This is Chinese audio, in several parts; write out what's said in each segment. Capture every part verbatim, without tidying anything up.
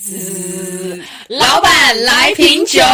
滋，老板来瓶酒。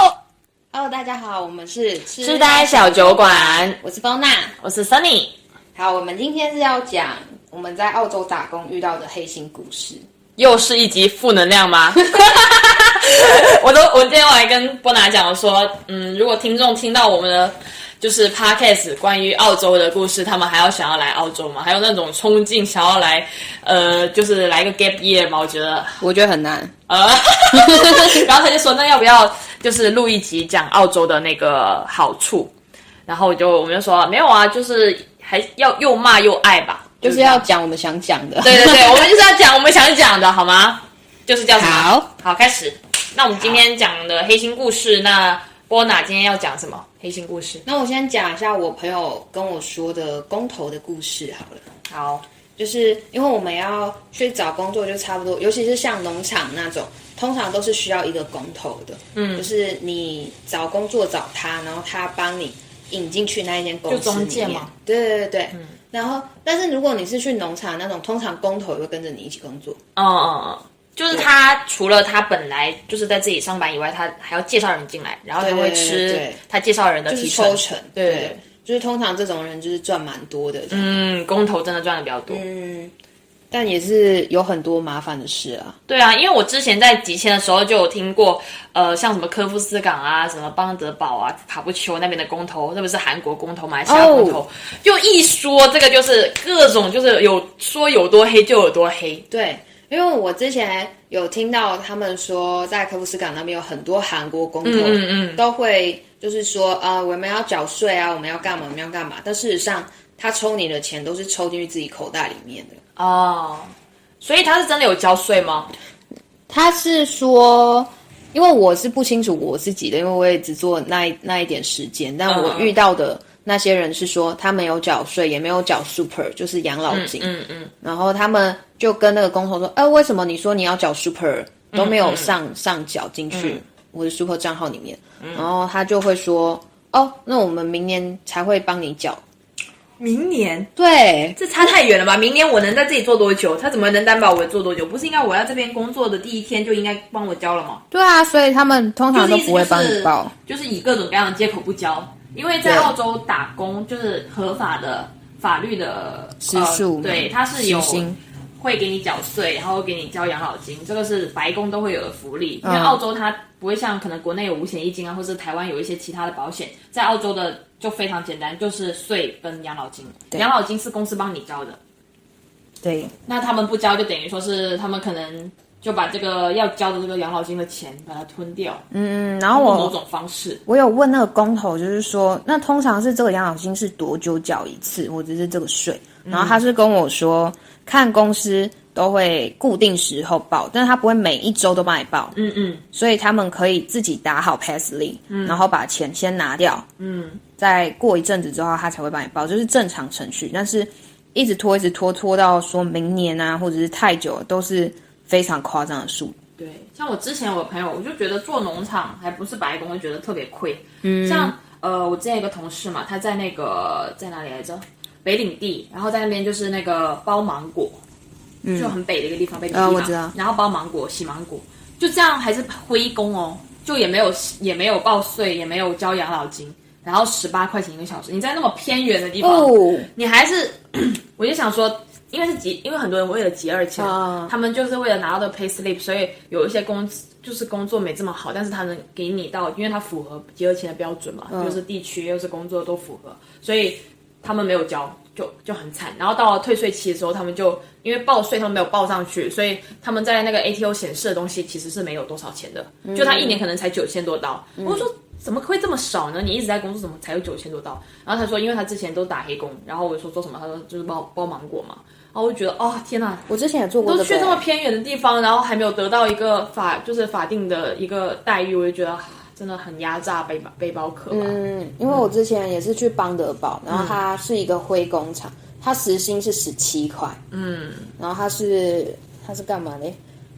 Hello， 大家好，我们是痴呆小酒馆， 我是包娜， 我是 Sunny。 好，我们今天是要讲我们在澳洲打工遇到的黑心故事。 又是一集负能量吗？我都，我今天我还跟波娜讲说，嗯，如果听众听到我们的就是 podcast 关于澳洲的故事，他们还要想要来澳洲吗？还有那种冲劲想要来，呃，就是来个 gap year 吗？我觉得， 我觉得很难。 呃，然后他就说，那要不要就是录一集讲澳洲的那个好处？然后我就我们就说没有啊，就是还要又骂又爱吧。 就是要讲我们想讲的， 对对对，我们就是要讲我们想讲的，好吗？就是叫什么？ 好， 好，开始。那我们今天讲的黑心故事，那波娜今天要讲什么黑心故事？ 那我先讲一下我朋友跟我说的公投的故事好了。 好， 就是因为我们要去找工作，就差不多，尤其是像农场那种，通常都是需要一个公投的。嗯，就是你找工作找他，然后他帮你引进去那一间公司里面， 就中介嘛。 对对对对。嗯。然后，但是如果你是去农场那种，通常工头也会跟着你一起工作。 嗯嗯嗯，就是他除了他本来就是在自己上班以外，他还要介绍人进来，然后他会吃他介绍人的提成。 就是抽成，对 对, 对，就是通常这种人就是赚蛮多的。 嗯，工头真的赚的比较多。 嗯。但也是有很多麻烦的事啊。 对啊，因为我之前在集签的时候就有听过，呃，像什么科夫斯港啊、什么邦德堡啊、卡布丘那边的公投，特别是韩国公投、马来西亚公投， oh. 就一说这个就是各种就是有说有多黑就有多黑。 对，因为我之前有听到他们说，在科夫斯港那边有很多韩国公投，嗯嗯嗯都会就是说，呃，我们要缴税啊，我们要干嘛，我们要干嘛。但事实上，他抽你的钱都是抽进去自己口袋里面的。 哦，所以他是真的有交税吗？ 他是说，因为我是不清楚我自己的，因为我也只做那一那一点时间，但我遇到的那些人是说，他没有缴税，也没有缴 super， 就是养老金。嗯 嗯, 嗯。然后他们就跟那个工头说，哎、呃，为什么你说你要缴 super 都没有上、嗯嗯、上缴进去我的 super 账号里面？嗯、然后他就会说，哦，那我们明年才会帮你缴。 明年？ 对， 这差太远了吧？明年我能在这里做多久？他怎么能担保我做多久？不是应该我要这边工作的第一天就应该帮我交了吗？ 对啊，所以他们通常都不会帮你报， 就是、就是以各种各样的借口不交。因为在澳洲打工就是合法的法律的时数、呃， 对，它是有会给你缴税，然后给你交养老金，这个是白工都会有的福利。因为澳洲它不会像可能国内有五险一金啊，或是台湾有一些其他的保险，在澳洲的就非常简单，就是税跟养老金。养老金是公司帮你交的， 对。 那他们不交，就等于说是他们可能就把这个要交的这个养老金的钱把它吞掉。 嗯，然后我某种方式， 我有问那个工头，就是说，那通常是这个养老金是多久缴一次，或者是这个税？然后他是跟我说，看公司都会固定时候报，但是他不会每一周都帮你报。嗯嗯，所以他们可以自己打好 Payslip，嗯，然后把钱先拿掉，嗯，再过一阵子之后他才会帮你报，就是正常程序。但是一直拖一直拖拖到说明年啊，或者是太久，都是非常夸张的数。 对，像我之前我的朋友，我就觉得做农场还不是白工，会觉得特别亏。嗯，像呃，我之前有一个同事嘛，他在那个在哪里来着？北领地，然后在那边就是那个包芒果，嗯、就很北的一个地方，北领地嘛、 呃、我知道。 然后包芒果、洗芒果，就这样还是灰工哦，就也没有也没有报税，也没有交养老金，然后十八块钱一个小时。你在那么偏远的地方，哦、你还是，我就想说。因为是结，因为很多人为了结二钱，uh, 他们就是为了拿到的 pay slip， 所以有一些工就是工作没这么好，但是他能给你到，因为他符合结二钱的标准嘛， uh. 就是地区又是工作都符合，所以他们没有交，就就很惨。然后到了退税期的时候，他们就因为报税他们没有报上去，所以他们在那个 A T O 显示的东西其实是没有多少钱的，嗯、就他一年可能才九千多刀。嗯、我说怎么会这么少呢？你一直在工作，怎么才有九千多刀？然后他说，因为他之前都打黑工，然后我说做什么？他说就是包包芒果嘛。然后我就觉得，哦天哪！ 我之前也做过、這個， 都去这么偏远的地方，然后还没有得到一个法，就是法定的一个待遇，我就觉得、啊、真的很压榨背背包客吧。 嗯，因为我之前也是去邦德堡，然后它是一个灰工厂，它时薪是十七块，嗯，然后它是它是干嘛嘞？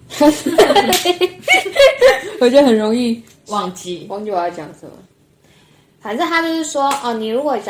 我觉得很容易忘记忘记我要讲什么。反正他就是说，哦，你如果想要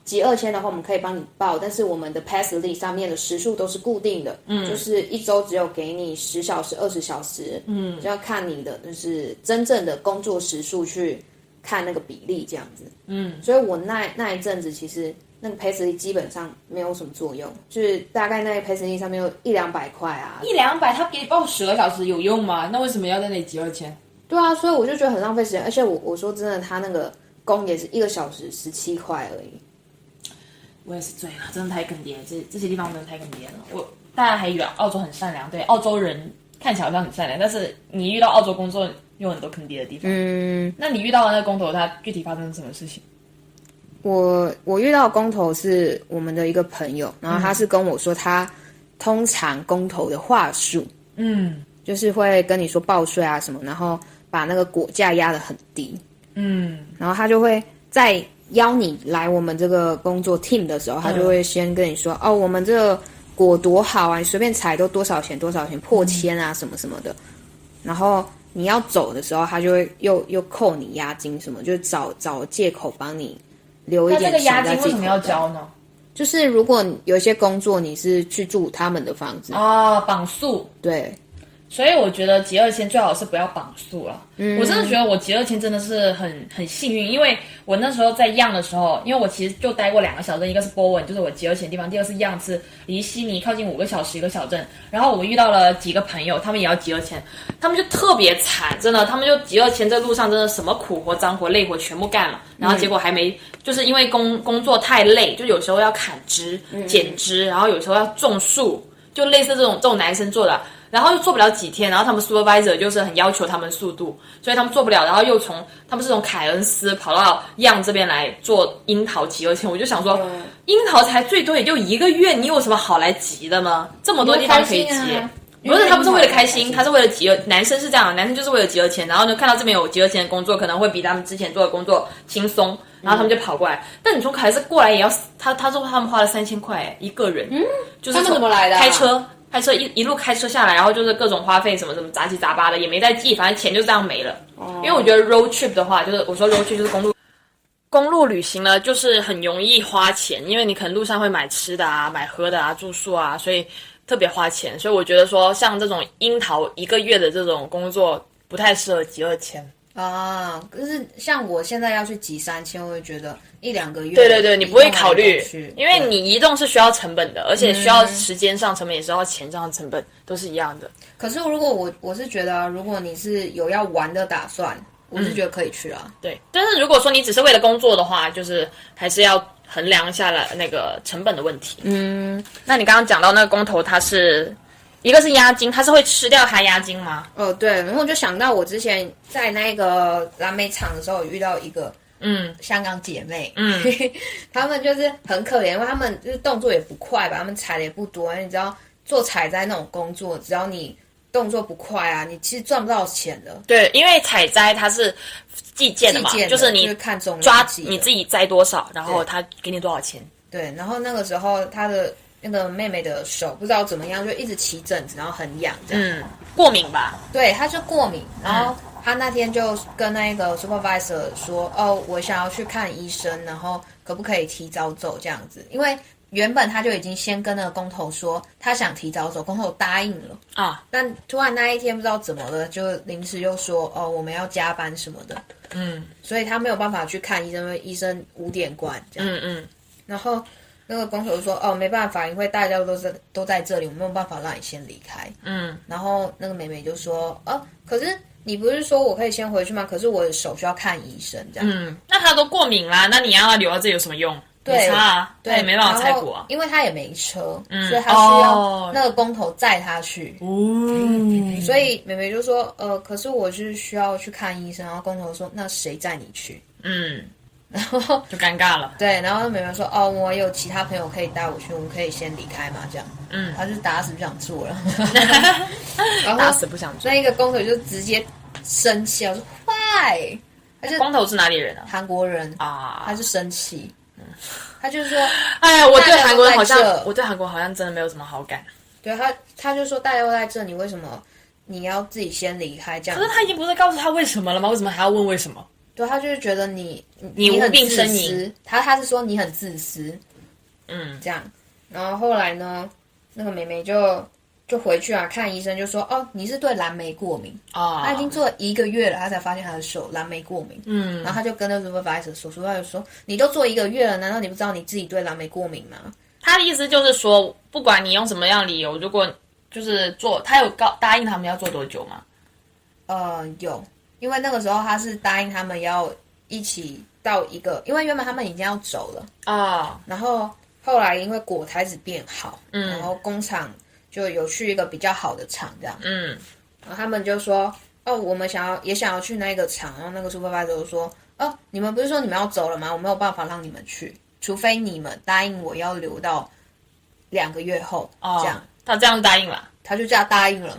集二签的话，我们可以帮你报，但是我们的 pass list 上面的时数都是固定的，嗯，就是一周只有给你十小时、二十小时，嗯，就要看你的就是真正的工作时数去看那个比例这样子，嗯，所以我那那一阵子其实那个 pass list 基本上没有什么作用，就是大概那个 pass list 上面有一两百块啊， 一两百，他给你报十个小时有用吗？那为什么要在那里集二签？ 对啊，所以我就觉得很浪费时间，而且我我说真的，他那个工也是一个小时十七块而已。 我也是醉了，真的太坑爹了，这这些地方真的太坑爹了。我大家还以为澳洲很善良，对，澳洲人看起来好像很善良，但是你遇到澳洲工作有很多坑爹的地方。嗯，那你遇到的那个工头，他具体发生什么事情？ 我我遇到的工头是我们的一个朋友，然后他是跟我说，他通常工头的话术，嗯，就是会跟你说报税啊什么，然后把那个果价压得很低，嗯，然后他就会在邀你来我们这个工作 team 的时候，他就会先跟你说，嗯、哦，我们这个果多好啊，你随便采都多少钱多少钱，破千啊什么什么的。然后你要走的时候，他就会又又扣你押金什么，就找找借口帮你留一点钱在自己口袋。那这个押金为什么要交呢？ 就是如果有一些工作你是去住他们的房子啊，绑宿， 对。 所以我觉得集二签最好是不要绑宿了。嗯，我真的觉得我集二签真的是很很幸运，因为我那时候在样的时候，因为我其实就待过两个小镇，一个是波文，就是我集二签的地方，第二个是样是离悉尼靠近五个小时一个小镇。然后我遇到了几个朋友，他们也要集二签，他们就特别惨，真的，他们就集二签这路上真的什么苦活、脏活、累活全部干了，然后结果还没，嗯、就是因为工工作太累，就有时候要砍枝、剪枝，然后有时候要种树，就类似这种这种男生做的。然后又做不了几天，然后他们 supervisor 就是很要求他们速度，所以他们做不了，然后又从他们是从凯恩斯跑到样这边来做樱桃集二签，我就想说，嗯、樱桃才最多也就一个月，你有什么好来集的吗？这么多地方可以集，啊、不是他不是为了开心，他是为了集二，男生是这样，男生就是为了集二签，然后呢看到这边有集二签的工作，可能会比他们之前做的工作轻松，然后他们就跑过来。嗯、但你从凯恩斯过来也要，他他说他们花了三千块一个人，嗯，就是他们怎么来的、啊？ 开车。开车一一路开车下来，然后就是各种花费什么什么杂七杂八的也没在记，反正钱就这样没了。哦、因为我觉得 road trip 的话，就是我说 road trip 就是公路公路旅行呢，就是很容易花钱，因为你可能路上会买吃的啊、买喝的啊、住宿啊，所以特别花钱。所以我觉得说像这种樱桃一个月的这种工作不太适合集二签。 啊，可是像我现在要去集三千，我会觉得一两个月。 对对对，你不会考虑，因为你移动是需要成本的，而且需要时间上成本，也是要钱上的成本，都是一样的。 可是如果我我是觉得，如果你是有要玩的打算，我是觉得可以去啊。 嗯、对，但是如果说你只是为了工作的话，就是还是要衡量下来那个成本的问题。嗯，那你刚刚讲到那个工头，他是。一个是押金，他是会吃掉他押金吗？ 哦，对，然后我就想到我之前在那个蓝莓厂的时候，遇到一个嗯香港姐妹，嗯，他们就是很可怜，因为他们就是动作也不快吧，他们采的也不多，你知道做采摘那种工作，只要你动作不快啊，你其实赚不到钱的。 对，因为采摘它是计件的嘛， 的就是你就是看重抓你自己摘多少，然后他给你多少钱。 对，然后那个时候他的。那个妹妹的手不知道怎么样，就一直起疹子，然后很痒，这样。 嗯，过敏吧？ 对，她就过敏。然后她那天就跟那个 supervisor 说：“哦，我想要去看医生，然后可不可以提早走这样子？”因为原本她就已经先跟那个工头说她想提早走，工头答应了啊。但突然那一天不知道怎么了，就临时又说：“哦，我们要加班什么的。”嗯，所以她没有办法去看医生，因为医生五点关这样。嗯嗯，然后。那个工头就说：“哦，没办法，因为大家都在都在这里，我没有办法让你先离开。”嗯，然后那个妹妹就说：“哦，可是你不是说我可以先回去吗？可是我的手需要看医生，这样。”嗯， 那他都过敏啦，那你让他留在这有什么用？ 对， 没差啊，对，没办法采果啊， 因为他也没车，嗯、所以他需要那个工头载他去。哦、嗯，所以妹妹就说：“呃，可是我是需要去看医生。”然后工头说：“那谁载你去？”嗯。然后就尴尬了。 对，然后妹妹说：“哦，我有其他朋友可以带我去，我们可以先离开嘛，这样。”嗯，他就打死不想做了。 然后打死不想做。 那一个工头就直接生气了，说：“Why？” 他就工头是哪里人啊？ 韩国人啊，他就生气。嗯，他就说：“ 哎呀，我对韩国人好像，我对韩国好像真的没有什么好感。” 对他，他就说：“大家都在这，你为什么你要自己先离开？”这样。 可是他已经不是告诉他为什么了吗？为什么还要问为什么？ 对，他就是觉得你你无病呻吟，他他是说你很自私， 嗯， 这样。然后后来呢，那个妹妹就就回去啊看医生，就说哦，你是对蓝莓过敏啊， 她已经做了一个月了，她才发现她的手蓝莓过敏。 嗯， 然后她就跟那 supervisor 说， supervisor 说你都做一个月了，难道你不知道你自己对蓝莓过敏吗？ 他的意思就是说，不管你用什么样的理由，如果就是做，他有告答应他们要做多久吗？ 呃，有，因为那个时候他是答应他们要一起到一个，因为原本他们已经要走了啊， 然后后来因为果开始变好， 嗯， 然后工厂就有去一个比较好的厂这样， 嗯， 然后他们就说，哦，我们想要也想要去那个厂，然后那个 supervisor 就说，哦，你们不是说你们要走了吗？我没有办法让你们去，除非你们答应我要留到两个月后， 哦， 这样， 他这样答应了， 他就这样答应了。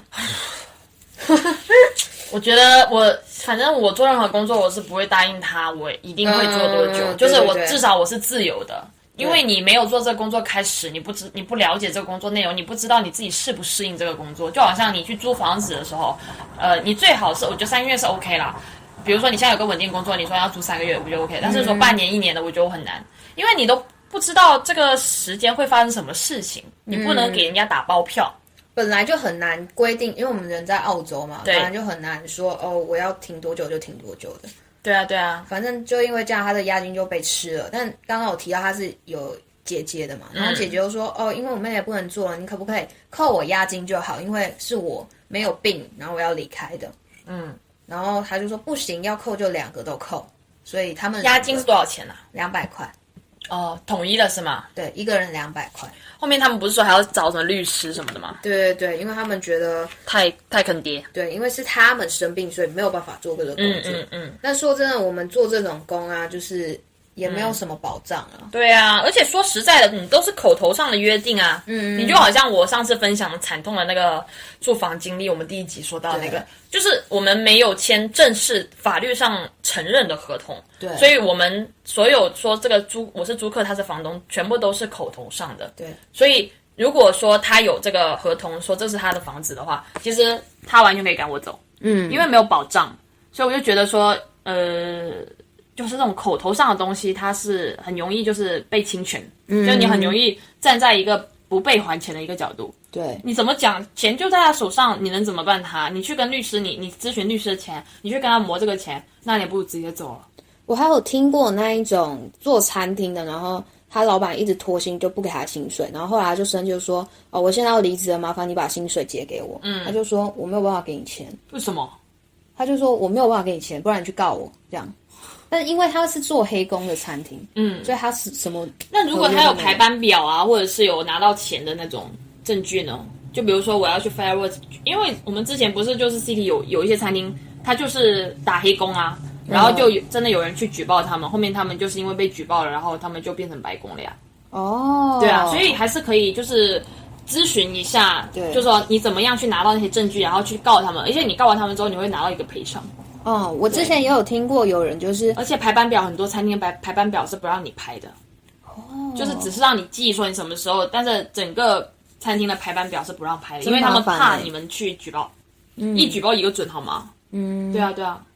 我觉得我反正我做任何工作，我是不会答应他，我一定会做多久， 嗯、 就是我对对对至少我是自由的，因为你没有做这个工作开始，你不知你不了解这个工作内容，你不知道你自己适不适应这个工作，就好像你去租房子的时候，呃，你最好是我觉得三个月是 OK 啦。比如说你现在有个稳定工作，你说要租三个月，我觉得 OK，但是说半年一年的，我觉得我很难，因为你都不知道这个时间会发生什么事情，你不能给人家打包票。 嗯本来就很难规定，因为我们人在澳洲嘛，本来就很难说哦，我要停多久就停多久的。 对啊，对啊， 反正就因为这样，他的押金就被吃了。但刚刚我提到他是有姐姐的嘛，然后姐姐就说、嗯、哦，因为我妹妹不能做了，你可不可以扣我押金就好？因为是我没有病，然后我要离开的。 嗯， 然后他就说不行，要扣就两个都扣。所以他们押金是多少钱啊？ 两百块。 哦，统一的是吗？ 对，一个人两百块。 后面他们不是说还要找什么律师什么的吗？ 对对对，因为他们觉得太太坑爹。 对，因为是他们生病，所以没有办法做这个工作。 嗯嗯嗯。 但说真的，我们做这种工啊，就是也没有什么保障啊。 嗯、对啊，而且说实在的，你都是口头上的约定啊。嗯。你就好像我上次分享惨痛的那个住房经历，我们第一集说到那个，就是我们没有签正式法律上承认的合同。 对。 所以我们所有说这个租我是租客，他是房东，全部都是口头上的。 对。 所以如果说他有这个合同，说这是他的房子的话，其实他完全可以赶我走。嗯。因为没有保障，所以我就觉得说，呃。就是这种口头上的东西，它是很容易就是被侵权，嗯，就你很容易站在一个不被还钱的一个角度。 对， 你怎么讲，钱就在他手上，你能怎么办他？你去跟律师，你你咨询律师的钱，你去跟他磨这个钱，那你不如直接走了。 我还有听过那一种做餐厅的，然后他老板一直拖薪，就不给他薪水，然后后来他就生气就说：“哦，我现在要离职了，麻烦你把薪水结给我。”嗯，他就说我没有办法给你钱。 为什么？ 他就说我没有办法给你钱，不然你去告我这样。但是因为他是做黑工的餐厅，嗯，所以他是什么？ 那如果他有排班表啊，或者是有拿到钱的那种证据呢？就比如说我要去 Fireworks， 因为我们之前不是就是 City 有有一些餐厅，他就是打黑工啊，然后就有真的有人去举报他们，后面他们就是因为被举报了，然后他们就变成白工了呀。 哦， 对啊，所以还是可以就是咨询一下， 对， 就说你怎么样去拿到那些证据，然后去告他们，而且你告完他们之后，你会拿到一个赔偿。 哦，我之前也有听过有人就是， 而且排班表很多餐厅排排班表是不让你排的，哦，就是只是让你记说你什么时候，但是整个餐厅的排班表是不让排的，因为他们怕你们去举报，嗯，一举报一个准好吗？嗯，对啊对啊。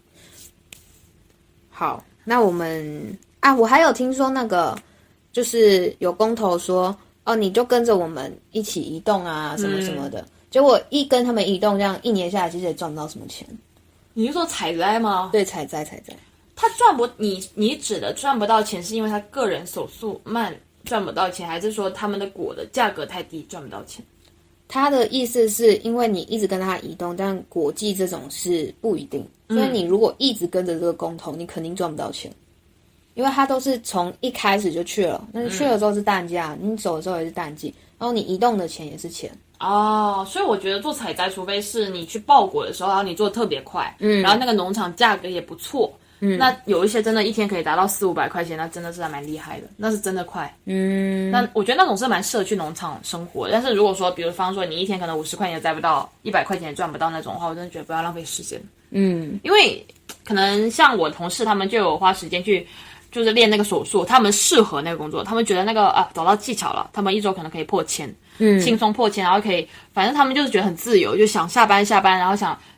好，那我们啊，我还有听说那个就是有工头说，哦，你就跟着我们一起移动啊，什么什么的，嗯、结果一跟他们移动，这样一年下来其实也赚不到什么钱。 你是说采摘吗？ 对，采摘采摘。 他赚不你你指的赚不到钱，是因为他个人手速慢赚不到钱，还是说他们的果的价格太低赚不到钱？ 他的意思是因为你一直跟他移动，但果季这种是不一定，所以你如果一直跟着这个工头，你肯定赚不到钱，因为他都是从一开始就去了，但是去了之后是淡季，你走的时候也是淡季，然后你移动的钱也是钱。 哦，所以我觉得做采摘，除非是你去报果的时候，然后你做的特别快，嗯，然后那个农场价格也不错，嗯，那有一些真的一天可以达到四五百块钱，那真的是还蛮厉害的，那是真的快，嗯，那我觉得那种是蛮适合去农场生活的。但是如果说，比如方说你一天可能五十块钱也摘不到，一百块钱也赚不到那种的话，我真的觉得不要浪费时间，嗯，因为可能像我同事他们就有花时间去。就是练那个手速，他们适合那个工作，他们觉得那个啊找到技巧了，他们一周可能可以破千，嗯，轻松破千，然后可以，反正他们就是觉得很自由，就想下班下班，然后想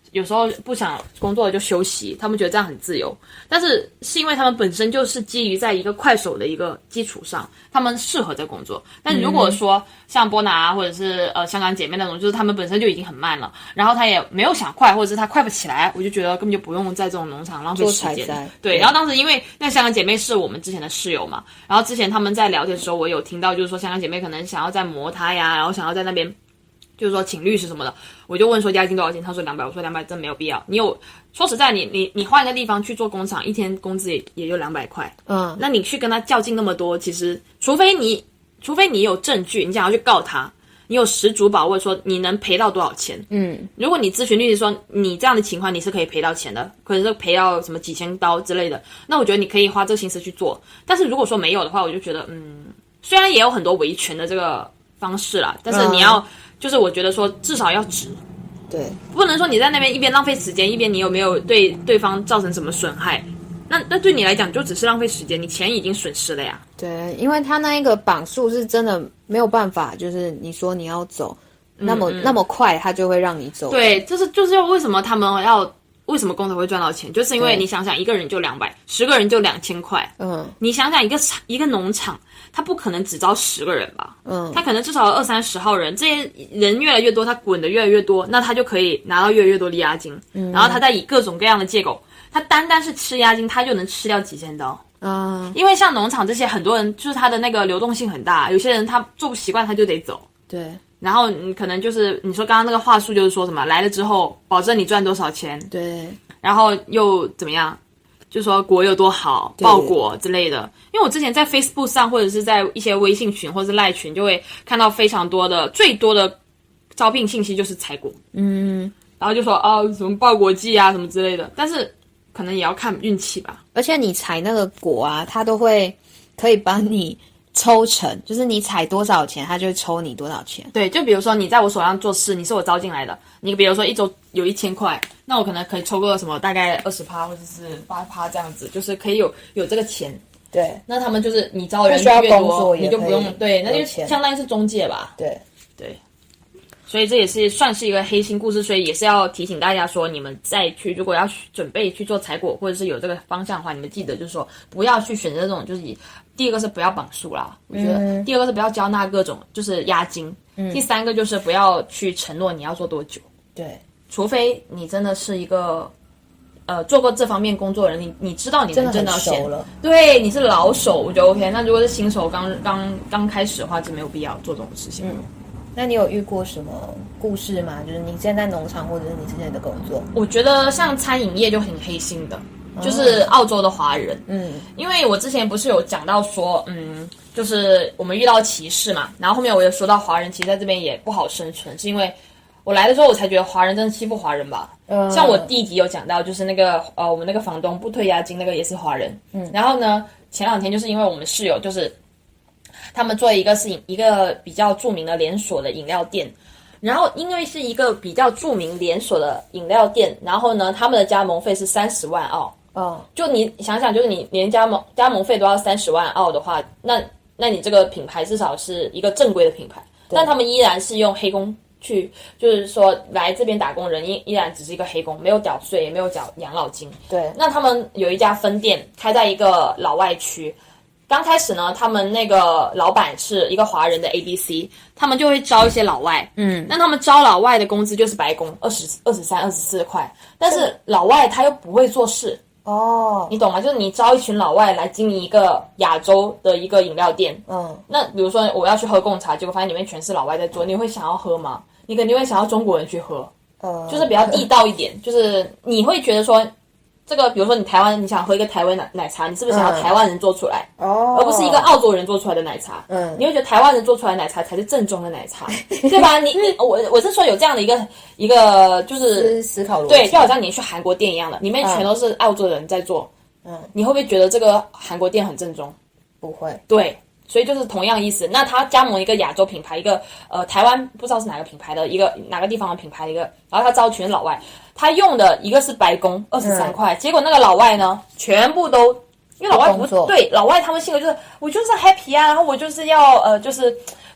有时候不想工作了就休息，他们觉得这样很自由。但是是因为他们本身就是基于在一个快手的一个基础上，他们适合这工作。但如果说像波拿啊，或者是呃香港姐妹那种，就是他们本身就已经很慢了，然后他也没有想快，或者是他快不起来，我就觉得根本就不用在这种农场浪费时间。对，然后当时因为那香港姐妹是我们之前的室友嘛，然后之前他们在聊天的时候，我有听到就是说香港姐妹可能想要再磨他呀，然后想要在那边就是说请律师什么的，我就问说押金多少钱，他说两百，我说两百真没有必要。你有说实在，你你你换一个地方去做工厂，一天工资也也就两百块，嗯，那你去跟他较劲那么多，其实除非你除非你有证据，你想要去告他，你有十足把握说你能赔到多少钱，嗯，如果你咨询律师说你这样的情况你是可以赔到钱的，可能是赔到什么几千刀之类的，那我觉得你可以花这个心思去做。但是如果说没有的话，我就觉得嗯，虽然也有很多维权的这个方式啦，但是你要、嗯、就是我觉得说至少要值， 对， 不能说你在那边一边浪费时间，一边你有没有对对方造成什么损害，那那对你来讲就只是浪费时间，你钱已经损失了呀。 对，因为他那一个绑数是真的没有办法，就是你说你要走那么、嗯嗯、那么快，他就会让你走。 对，这是就是为什么他们要为什么工头会赚到钱，就是因为你想想一个人就两百，十个人就两千块，嗯，你想想一个一个农场，他不可能只招十个人吧，嗯，他可能至少有二三十号人，这些人越来越多，他滚的越来越多，那他就可以拿到越来越多的押金，嗯，然后他再以各种各样的借口，他单单是吃押金，他就能吃掉几千刀。嗯，因为像农场这些很多人就是他的那个流动性很大，有些人他做不习惯他就得走。 对， 然后你可能就是你说刚刚那个话术就是说什么来了之后保证你赚多少钱， 对， 然后又怎么样，就说果有多好，爆果之类的。因为我之前在 Facebook 上或者是在一些微信群或者是赖群就会看到非常多的最多的招聘信息就是采果，嗯，然后就说哦什么爆果季啊什么之类的，但是可能也要看运气吧。 而且你采那个果啊，它都会可以帮你抽成，就是你采多少钱，它就会抽你多少钱。 对，就比如说你在我手上做事，你是我招进来的，你比如说一周有一千块，那我可能可以抽个什么大概二十趴或者是八趴这样子，就是可以有有这个钱。 对， 那他们就是你招人越多，你就不用对，那就相当于是中介吧。 对对。所以这也是算是一个黑心故事，所以也是要提醒大家说，你们再去如果要准备去做采果或者是有这个方向的话，你们记得就是说不要去选择这种，就是以第一个是不要绑数啦，我觉得、嗯、第二个是不要交纳各种就是押金、嗯，第三个就是不要去承诺你要做多久， 对， 除非你真的是一个呃做过这方面工作的人，你你知道你能挣到钱了，对，你是老手我觉得 OK， 那如果是新手刚刚刚开始的话，就没有必要做这种事情。嗯， 那你有遇过什么故事吗？就是你现在农场或者是你之前的工作？ 我觉得像餐饮业就很黑心的，就是澳洲的华人。嗯，因为我之前不是有讲到说，嗯，就是我们遇到歧视嘛，然后后面我也说到华人其实在这边也不好生存，是因为我来的时候我才觉得华人真的欺负华人吧。嗯，像我第一集有讲到，就是那个呃我们那个房东不退押金那个也是华人。嗯，然后呢前两天就是因为我们室友就是他们做一个是一个比较著名的连锁的饮料店，然后因为是一个比较著名连锁的饮料店，然后呢他们的加盟费是三十万澳。哦，就你想想，就是你连加盟加盟费都要三十万澳的话，那那你这个品牌至少是一个正规的品牌，但他们依然是用黑工去，就是说来这边打工人依依然只是一个黑工，没有缴税，也没有缴养老金。 对， 那他们有一家分店开在一个老外区。刚开始呢，他们那个老板是一个华人的 A B C， 他们就会招一些老外，嗯，那他们招老外的工资就是白工，二十二十三、二十四块，但是老外他又不会做事，哦，你懂吗？就是你招一群老外来经营一个亚洲的一个饮料店，嗯，那比如说我要去喝贡茶，结果发现里面全是老外在做，你会想要喝吗？你肯定会想要中国人去喝，呃，就是比较地道一点，就是你会觉得说。这个比如说你台湾你想喝一个台湾奶奶茶，你是不是想要台湾人做出来、嗯、而不是一个澳洲人做出来的奶茶？嗯，你会觉得台湾人做出来的奶茶才是正宗的奶茶，对吧？你你我我是说有这样的一个一个就是思考逻辑， 对，就好像你去韩国店一样的，里面全都是澳洲人在做，嗯，你会不会觉得这个韩国店很正宗？ 不会， 对。所以就是同样意思，那他加盟一个亚洲品牌，一个呃台湾不知道是哪个品牌的一个哪个地方的品牌的一个，然后他招全老外，他用的一个是白工二十三块，结果那个老外呢，全部都因为老外不对，老外他们性格就是我就是 happy 啊，然后我就是要呃就是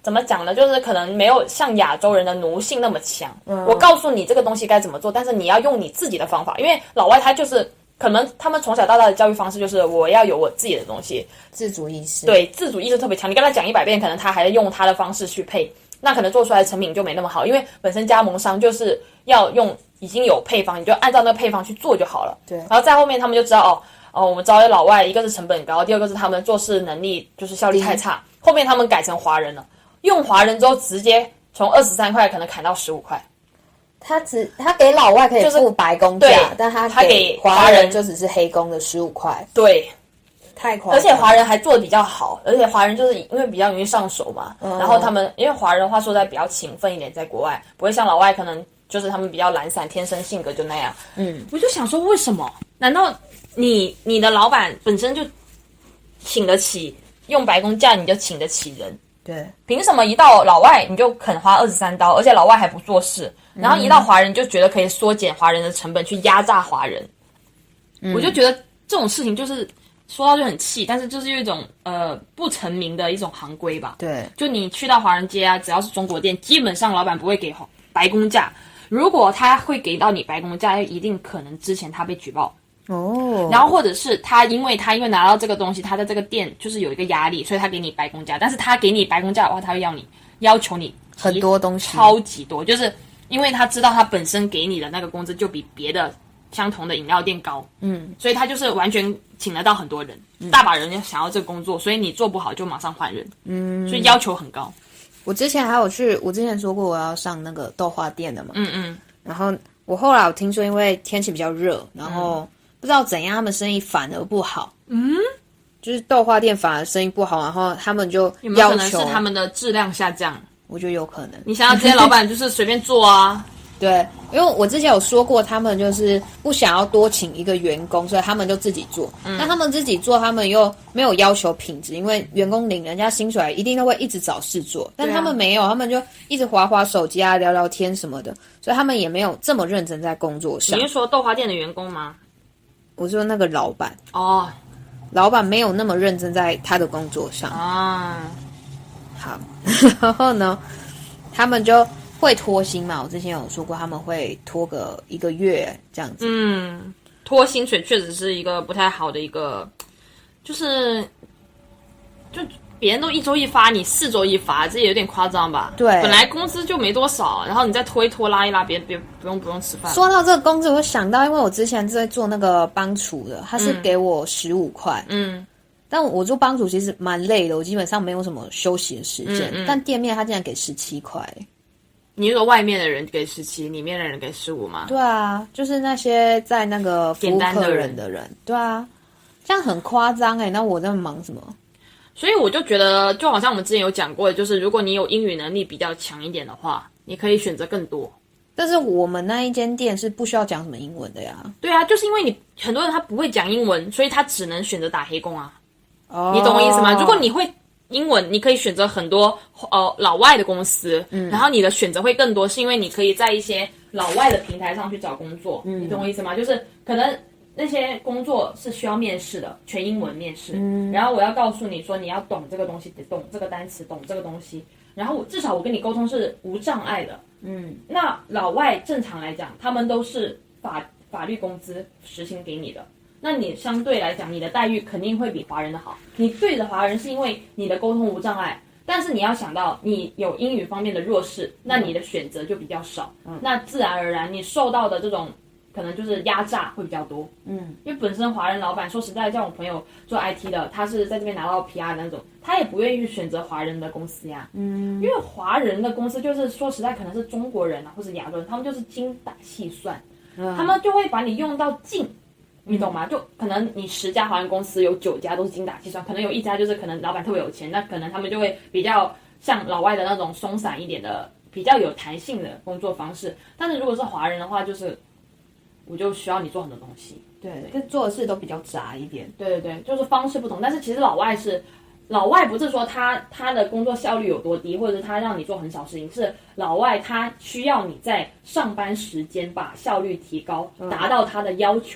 怎么讲呢？就是可能没有像亚洲人的奴性那么强。嗯，我告诉你这个东西该怎么做，但是你要用你自己的方法，因为老外他就是可能他们从小到大的教育方式就是我要有我自己的东西， 自主意识， 对，自主意识特别强。你跟他讲一百遍，可能他还用他的方式去配，那可能做出来的成品就没那么好，因为本身加盟商就是要用已经有配方，你就按照那个配方去做就好了。 对， 然后在后面他们就知道哦。哦，我们招老外，一个是成本高，第二个是他们做事能力就是效率太差。后面他们改成华人了，用华人之后直接从二十三块可能砍到十五块。 他只他给老外可以付白工价，就是、但他给华人就只是黑工的十五块。 对， 太夸张。 而且华人还做的比较好，而且华人就是因为比较容易上手嘛，嗯、然后他们因为华人话说在比较勤奋一点，在国外不会像老外可能就是他们比较懒散，天生性格就那样。嗯，我就想说为什么？难道？你你的老板本身就请得起用白工价，你就请得起人， 对， 凭什么一到老外你就肯花二十三刀，而且老外还不做事，然后一到华人就觉得可以缩减华人的成本去压榨华人，嗯、我就觉得这种事情就是说到就很气，但是就是有一种呃不成名的一种行规吧， 对， 就你去到华人街啊，只要是中国店，基本上老板不会给白工价，如果他会给到你白工价，一定可能之前他被举报。 哦， 然后或者是他，因为他因为拿到这个东西，他在这个店就是有一个压力，所以他给你白工价。但是他给你白工价的话，他会要你要求你很多东西， 超级多，就是因为他知道他本身给你的那个工资就比别的相同的饮料店高，嗯，所以他就是完全请得到很多人，嗯、大把人想要这个工作，所以你做不好就马上换人，嗯，所以要求很高。 我之前还有去，我之前说过我要上那个豆花店的嘛， 嗯嗯， 然后我后来我听说，因为天气比较热，然后。嗯不知道怎样，他们生意反而不好。嗯，就是豆花店反而生意不好，然后他们就要求， 有没有可能是他们的质量下降？ 我觉得有可能。 你想要这些老板就是随便做啊？ 对，因为我之前有说过，他们就是不想要多请一个员工，所以他们就自己做。嗯，那他们自己做，他们又没有要求品质，因为员工领人家薪水，一定都会一直找事做。但他们没有，他们就一直滑滑手机啊，聊聊天什么的，所以他们也没有这么认真在工作上。 你是说豆花店的员工吗？ 我说那个老板哦， 老板没有那么认真在他的工作上啊。 好，然后呢，他们就会拖薪嘛。我之前有说过，他们会拖个一个月这样子。 嗯，拖薪水确实是一个不太好的一个，就是就别人都一周一发，你四周一发，这也有点夸张吧？ 对， 本来工资就没多少，然后你再拖一拖拉一拉，别别不用不用吃饭。 说到这个工资，我想到，因为我之前在做那个帮厨的，他是给我十五块，嗯，但我做帮厨其实蛮累的，我基本上没有什么休息的时间，嗯嗯但店面他竟然给十七块。 你是说外面的人给十七，里面的人给十五吗？ 对啊，就是那些在那个服务客人的人，对啊，这样很夸张哎，那我在忙什么？ 所以我就觉得，就好像我们之前有讲过的，就是如果你有英语能力比较强一点的话，你可以选择更多。 但是我们那一间店是不需要讲什么英文的呀。 对啊，就是因为你很多人他不会讲英文，所以他只能选择打黑工啊。哦，你懂我意思吗？如果你会英文，你可以选择很多呃老外的公司，嗯，然后你的选择会更多，是因为你可以在一些老外的平台上去找工作。嗯，你懂我意思吗？就是可能。那些工作是需要面试的，全英文面试。嗯，然后我要告诉你说，你要懂这个东西，懂这个单词，懂这个东西。然后我至少我跟你沟通是无障碍的。嗯，那老外正常来讲，他们都是法法律工资实行给你的。那你相对来讲，你的待遇肯定会比华人的好。你对着华人是因为你的沟通无障碍，但是你要想到你有英语方面的弱势，那你的选择就比较少。嗯，那自然而然你受到的这种。可能就是压榨会比较多，嗯，因为本身华人老板说实在，像我朋友做 I T 的，他是在这边拿到 P R 的那种，他也不愿意去选择华人的公司呀，嗯，因为华人的公司就是说实在，可能是中国人啊或者亚洲人，他们就是精打细算，嗯，他们就会把你用到尽，你懂吗？就可能你十家华人公司有九家都是精打细算，可能有一家就是可能老板特别有钱，那可能他们就会比较像老外的那种松散一点的，比较有弹性的工作方式。但是如果是华人的话，就是我就需要你做很多东西， 对，跟做的事都比较杂一点。 对对对，就是方式不同。但是其实老外是，老外不是说他他的工作效率有多低，或者是他让你做很少事情，是老外他需要你在上班时间把效率提高，达到他的要求。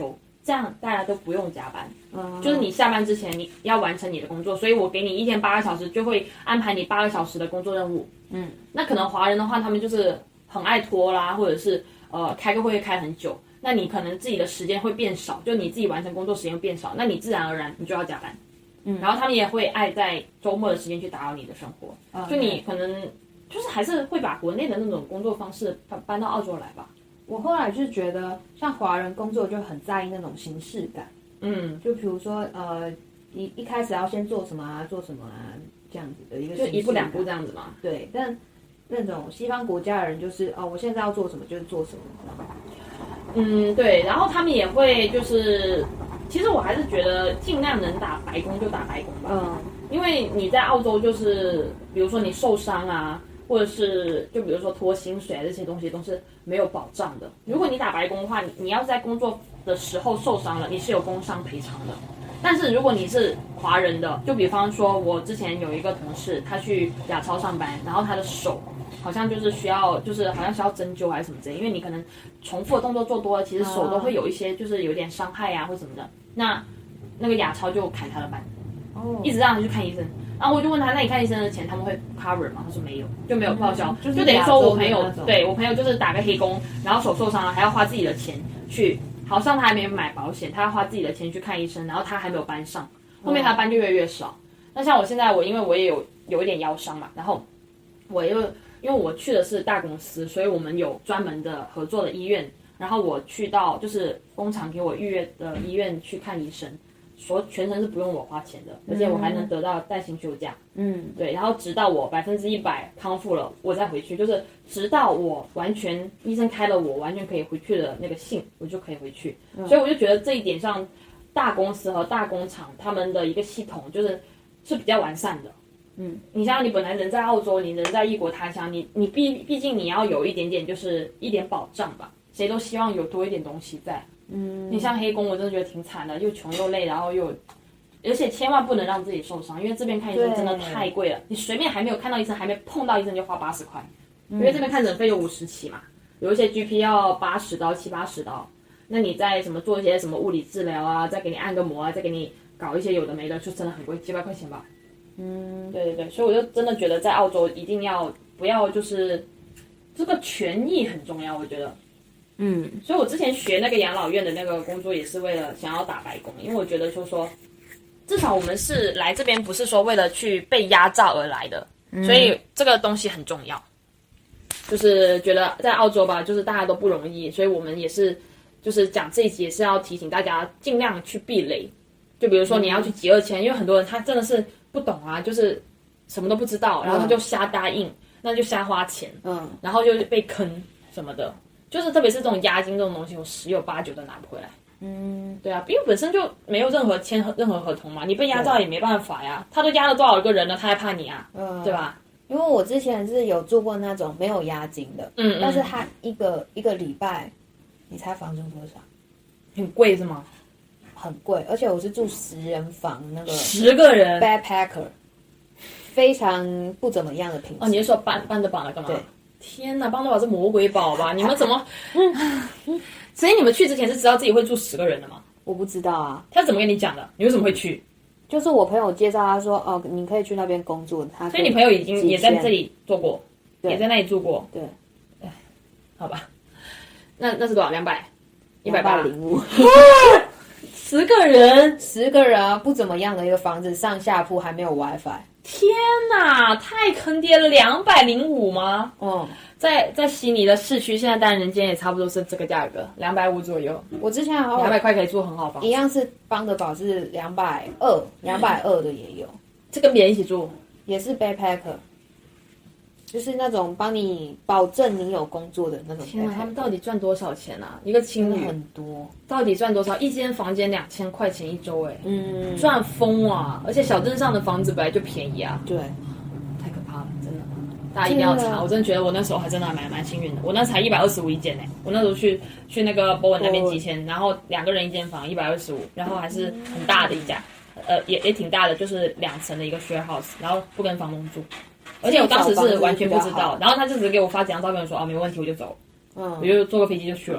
这样大家都不用加班，嗯，就是你下班之前你要完成你的工作，所以我给你一天八个小时，就会安排你八个小时的工作任务。嗯，那可能华人的话，他们就是很爱拖啦，或者是呃开个会会开很久，那你可能自己的时间会变少，就你自己完成工作时间会变少，那你自然而然你就要加班。嗯，然后他们也会爱在周末的时间去打扰你的生活，嗯、就你可能就是还是会把国内的那种工作方式搬搬到澳洲来吧。 我后来就是觉得，像华人工作就很在意那种形式感，嗯，就比如说呃，一一开始要先做什么啊，做什么啊，这样子的一个形式感， 就一步两步这样子嘛。 对，但那种西方国家的人就是哦，我现在要做什么就是做什么。 嗯，对，然后他们也会就是，其实我还是觉得尽量能打白工就打白工吧，嗯，因为你在澳洲就是，比如说你受伤啊。或者是就比如说拖薪水啊这些东西都是没有保障的。如果你打白工的话，你你要是在工作的时候受伤了，你是有工伤赔偿的。但是如果你是华人的，就比方说我之前有一个同事，他去亚超上班，然后他的手好像就是需要，就是好像需要针灸还是什么之类，因为你可能重复的动作做多了，其实手都会有一些就是有点伤害啊或什么的。那那个亚超就砍他的班，哦，一直让他去看医生。然后我就问他，那你看医生的钱他们会 cover 吗？他说没有，就没有报销，嗯、就等于说我朋友，对我朋友就是打个黑工，然后手受伤了，还要花自己的钱去，好像他还没有买保险，他要花自己的钱去看医生，然后他还没有班上，后面他班就越来越少。那像我现在，我因为我也有有一点腰伤嘛，然后我又因为我去的是大公司，所以我们有专门的合作的医院，然后我去到就是工厂给我预约的医院去看医生。说全程是不用我花钱的，而且我还能得到带薪休假。嗯，对，然后直到我百分之一百康复了，我再回去，就是直到我完全医生开了我完全可以回去的那个信，我就可以回去。嗯、所以我就觉得这一点上，大公司和大工厂他们的一个系统就是是比较完善的。嗯，你像你本来人在澳洲，你人在异国他乡，你你毕毕竟你要有一点点就是一点保障吧，谁都希望有多一点东西在。嗯，你像黑工，我真的觉得挺惨的，又穷又累，然后又，而且千万不能让自己受伤，因为这边看医生真的太贵了。你随便还没有看到医生，还没碰到医生就花八十块，因为这边看诊费有五十起嘛，有一些 G P 要八十刀、七八十刀。那你再什么做一些什么物理治疗啊，再给你按个摩啊，再给你搞一些有的没的，就真的很贵，几百块钱吧。嗯，对对对，所以我就真的觉得在澳洲一定要不要就是这个权益很重要，我觉得。嗯，所以我之前学那个养老院的那个工作也是为了想要打白工，因为我觉得就是说，至少我们是来这边不是说为了去被压榨而来的，嗯、所以这个东西很重要。就是觉得在澳洲吧，就是大家都不容易，所以我们也是就是讲这一集也是要提醒大家尽量去避雷。就比如说你要去集二签，因为很多人他真的是不懂啊，就是什么都不知道，然后他就瞎答应，那就瞎花钱，嗯，然后就被坑什么的。就是特别是这种押金这种东西，我十有八九都拿不回来。嗯，对啊，因为本身就没有任何签任何合同嘛，你被压榨也没办法呀。他都压了多少个人了，他还怕你啊？嗯，对吧？ 因为我之前是有做过那种没有押金的，嗯, 嗯，但是他一个一个礼拜，你猜房租多少？ 很贵是吗？ 很贵，而且我是住十人房，那个十个人 backpacker， 非常不怎么样的品质。 哦，你是说搬搬着绑了干嘛？对。天哪，邦德堡是魔鬼堡吧？你们怎么？所以你们去之前是知道自己会住十个人的吗？ 我不知道啊。 他怎么跟你讲的？你为什么会去？ 就是我朋友介绍，他说哦，你可以去那边工作。他所以你朋友已经也在这里做过，也在那里住过。 对， 哎，好吧。那那是多少？两百，一百八零五。 十个人， 十个人啊，不怎么样的一个房子，上下铺还没有 WiFi。 天哪，太坑爹了！两百零五吗？ 嗯， 在在悉尼的市区，现在单人间也差不多是这个价格，两百五左右。 我之前两百块可以住很好房， 一样是邦德堡是两百二，两百二的也有。 这跟别人一起住， 也是 backpacker， 就是那种帮你保证你有工作的那种。 天哪，他们到底赚多少钱啊？一个青旅很多， 到底赚多少？一间房间两千块钱一周，哎，嗯，赚疯啊！而且小镇上的房子本来就便宜啊， 对， 太可怕了，真的，大家一定要查。我真的觉得我那时候还真的还蛮蛮幸运的，我那才一百二十五一间呢。我那时候去去那个波文那边集签，然后两个人一间房一百二十五，然后还是很大的一家，呃，也也挺大的，就是两层的一个 share house， 然后不跟房东住。而且我当时是完全不知道，然后他就只给我发几张照片，说啊没问题，我就走，嗯，我就坐个飞机就去了。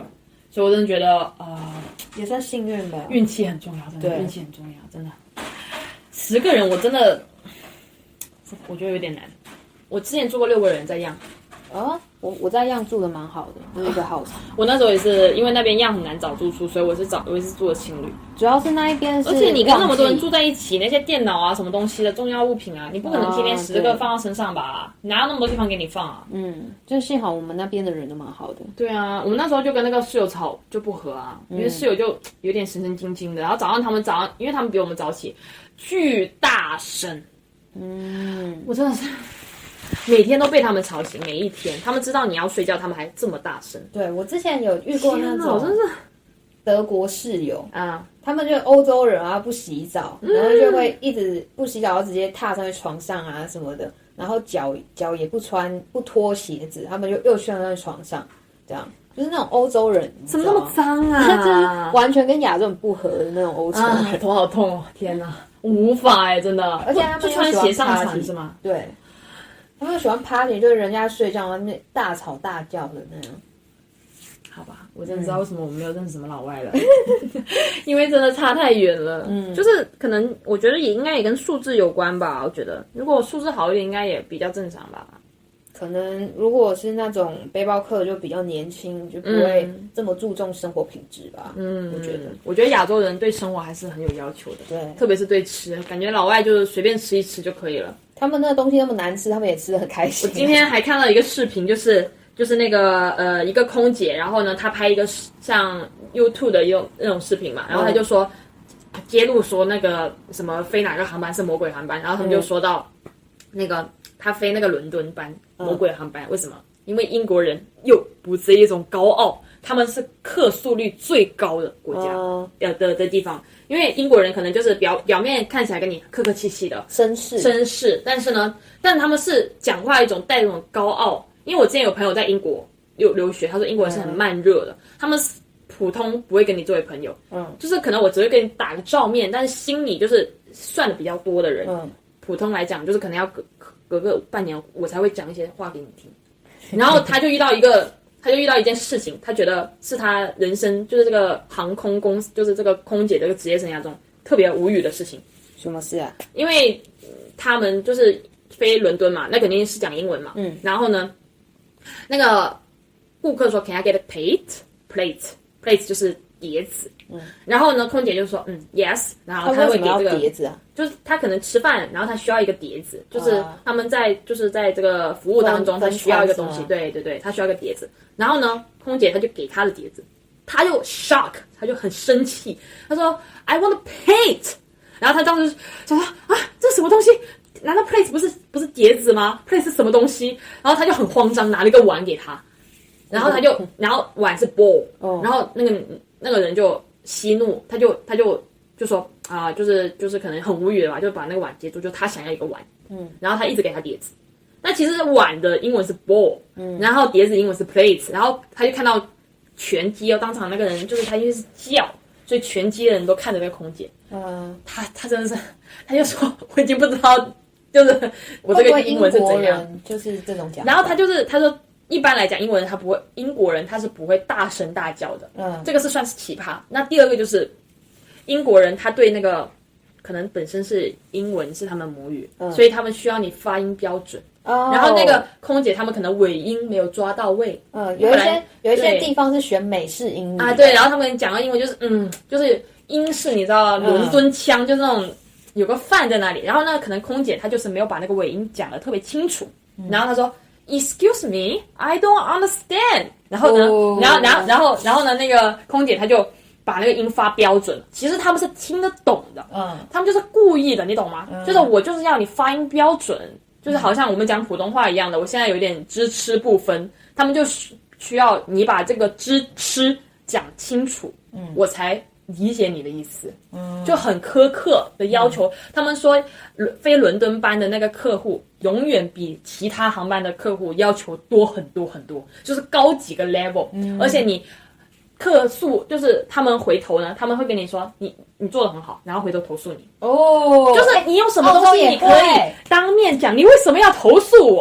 所以我真的觉得呃也算幸运吧， 运气很重要，真的对运气很重要，真的。十个人我真的我觉得有点难。我之前做过六个人在样。 啊，我我在样住的蛮好的，就是一个 house。 我那时候也是因为那边样很难找住宿，所以我是找我也是住的青旅。 主要是那一边是， 而且你跟那么多人住在一起，那些电脑啊、什么东西的重要物品啊，你不可能天天十个放到身上吧？啊、哪有那么多地方给你放啊？ 嗯，就幸好我们那边的人都蛮好的。 对啊，我们那时候就跟那个室友吵就不合啊，因为室友就有点神神经经的，然后早上他们早上，因为他们比我们早起，巨大声， 嗯， 我真的是。每天都被他们吵醒，每一天，他们知道你要睡觉，他们还这么大声。 对，我之前有遇过那种， 真是德国室友啊， 他们就欧洲人啊，不洗澡，然后就会一直不洗澡，直接踏上去床上啊什么的，然后脚脚也不穿不脱鞋子，他们就又睡在床上，这样就是那种欧洲人， 怎么那么脏啊？ 就是完全跟亚洲人不合的那种欧洲人， 啊、头好痛哦！天哪，无法哎、欸，真的， 而且他们就穿鞋上床是吗？ 对。他们喜欢 party， 就是人家睡觉那大吵大叫的那样。 好吧，我真的知道为什么我没有认识什么老外了，嗯、因为真的差太远了。嗯，就是可能我觉得也应该也跟素质有关吧。我觉得如果素质好一点，应该也比较正常吧。 可能如果是那种背包客，就比较年轻，就不会这么注重生活品质吧。嗯，我觉得， 我觉得亚洲人对生活还是很有要求的。 对， 特别是对吃，感觉老外就是随便吃一吃就可以了。 他们那个东西那么难吃，他们也吃得很开心。 我今天还看到一个视频，就是就是那个呃一个空姐，然后呢她拍一个像 YouTube 的一种那种视频嘛，然后她就说、嗯、揭露说那个什么飞哪个航班是魔鬼航班，然后他们就说到、嗯、那个她飞那个伦敦班魔鬼航班、嗯、为什么？因为英国人又不是一种高傲，他们是客诉率最高的国家、嗯、的的的地方。因为英国人可能就是表表面看起来跟你客客气气的绅士绅士，但是呢，但他们是讲话一种带一种高傲。因为我之前有朋友在英国留留学，他说英国人是很慢热的，嗯、他们普通不会跟你作为朋友，嗯，就是可能我只会跟你打个照面，但是心里就是算的比较多的人，嗯，普通来讲就是可能要隔隔个半年我才会讲一些话给你听。然后他就遇到一个。他就遇到一件事情，他觉得是他人生就是这个航空公司，就是这个空姐这个职业生涯中特别无语的事情。 什么事啊？ 因为他们就是飞伦敦嘛，那肯定是讲英文嘛。嗯。然后呢，那个顾客说 ，Can I get a plate? Plate, plate 就是碟子。嗯。然后呢，空姐就说，嗯 ，Yes。然后他会给这个碟子啊， 就是他可能吃饭，然后他需要一个碟子，就是他们在就是在这个服务当中，他需要一个东西，对对对，他需要一个碟子。然后呢，空姐她就给他的碟子，他就 shock， 他就很生气，他说 I want a plate。然后他当时就说啊，这是什么东西？难道 plate 不是不是碟子吗 ？plate 是什么东西？然后他就很慌张，拿了一个碗给他，然后他就，然后碗是 bowl，、哦、然后那个那个人就息怒，他就他就就说啊、呃，就是就是可能很无语了吧，就把那个碗接住，就他想要一个碗，嗯，然后他一直给他碟子。那其实碗的英文是 bowl，嗯，然后碟子英文是 plate， 然后他就看到全机哦，当场那个人就是他因为是叫，所以全机的人都看着那个空姐，嗯，他他真的是，他就说我已经不知道，就是我这个英文是怎样， 就是这种讲。 然后他就是他说，一般来讲英文他不会，英国人他是不会大声大叫的，嗯，这个是算是奇葩。那第二个就是英国人他对那个可能本身是英文是他们母语，嗯、所以他们需要你发音标准。Oh, 然后那个空姐他们可能尾音没有抓到位， 嗯，有一些有一些地方是选美式英语啊，对，然后他们讲的英文就是嗯，就是英式，你知道伦敦腔，就是那种有个饭在那里，然后呢，可能空姐她就是没有把那个尾音讲得特别清楚，嗯、然后她说 Excuse me, I don't understand， 然后呢， oh. 然后然后然后然后呢，那个空姐她就把那个音发标准，其实他们是听得懂的，嗯，他们就是故意的，你懂吗？嗯、就是我就是要你发音标准。就是好像我们讲普通话一样的，我现在有一点知吃不分，他们就需要你把这个知吃讲清楚，嗯，我才理解你的意思，嗯，就很苛刻的要求。嗯、他们说飞伦敦班的那个客户永远比其他航班的客户要求多很多很多，就是高几个 level，嗯，而且你客诉就是他们回头呢，他们会跟你说你你做得很好，然后回头投诉你哦，就是你有什么东西你可以当面讲，你为什么要投诉我？就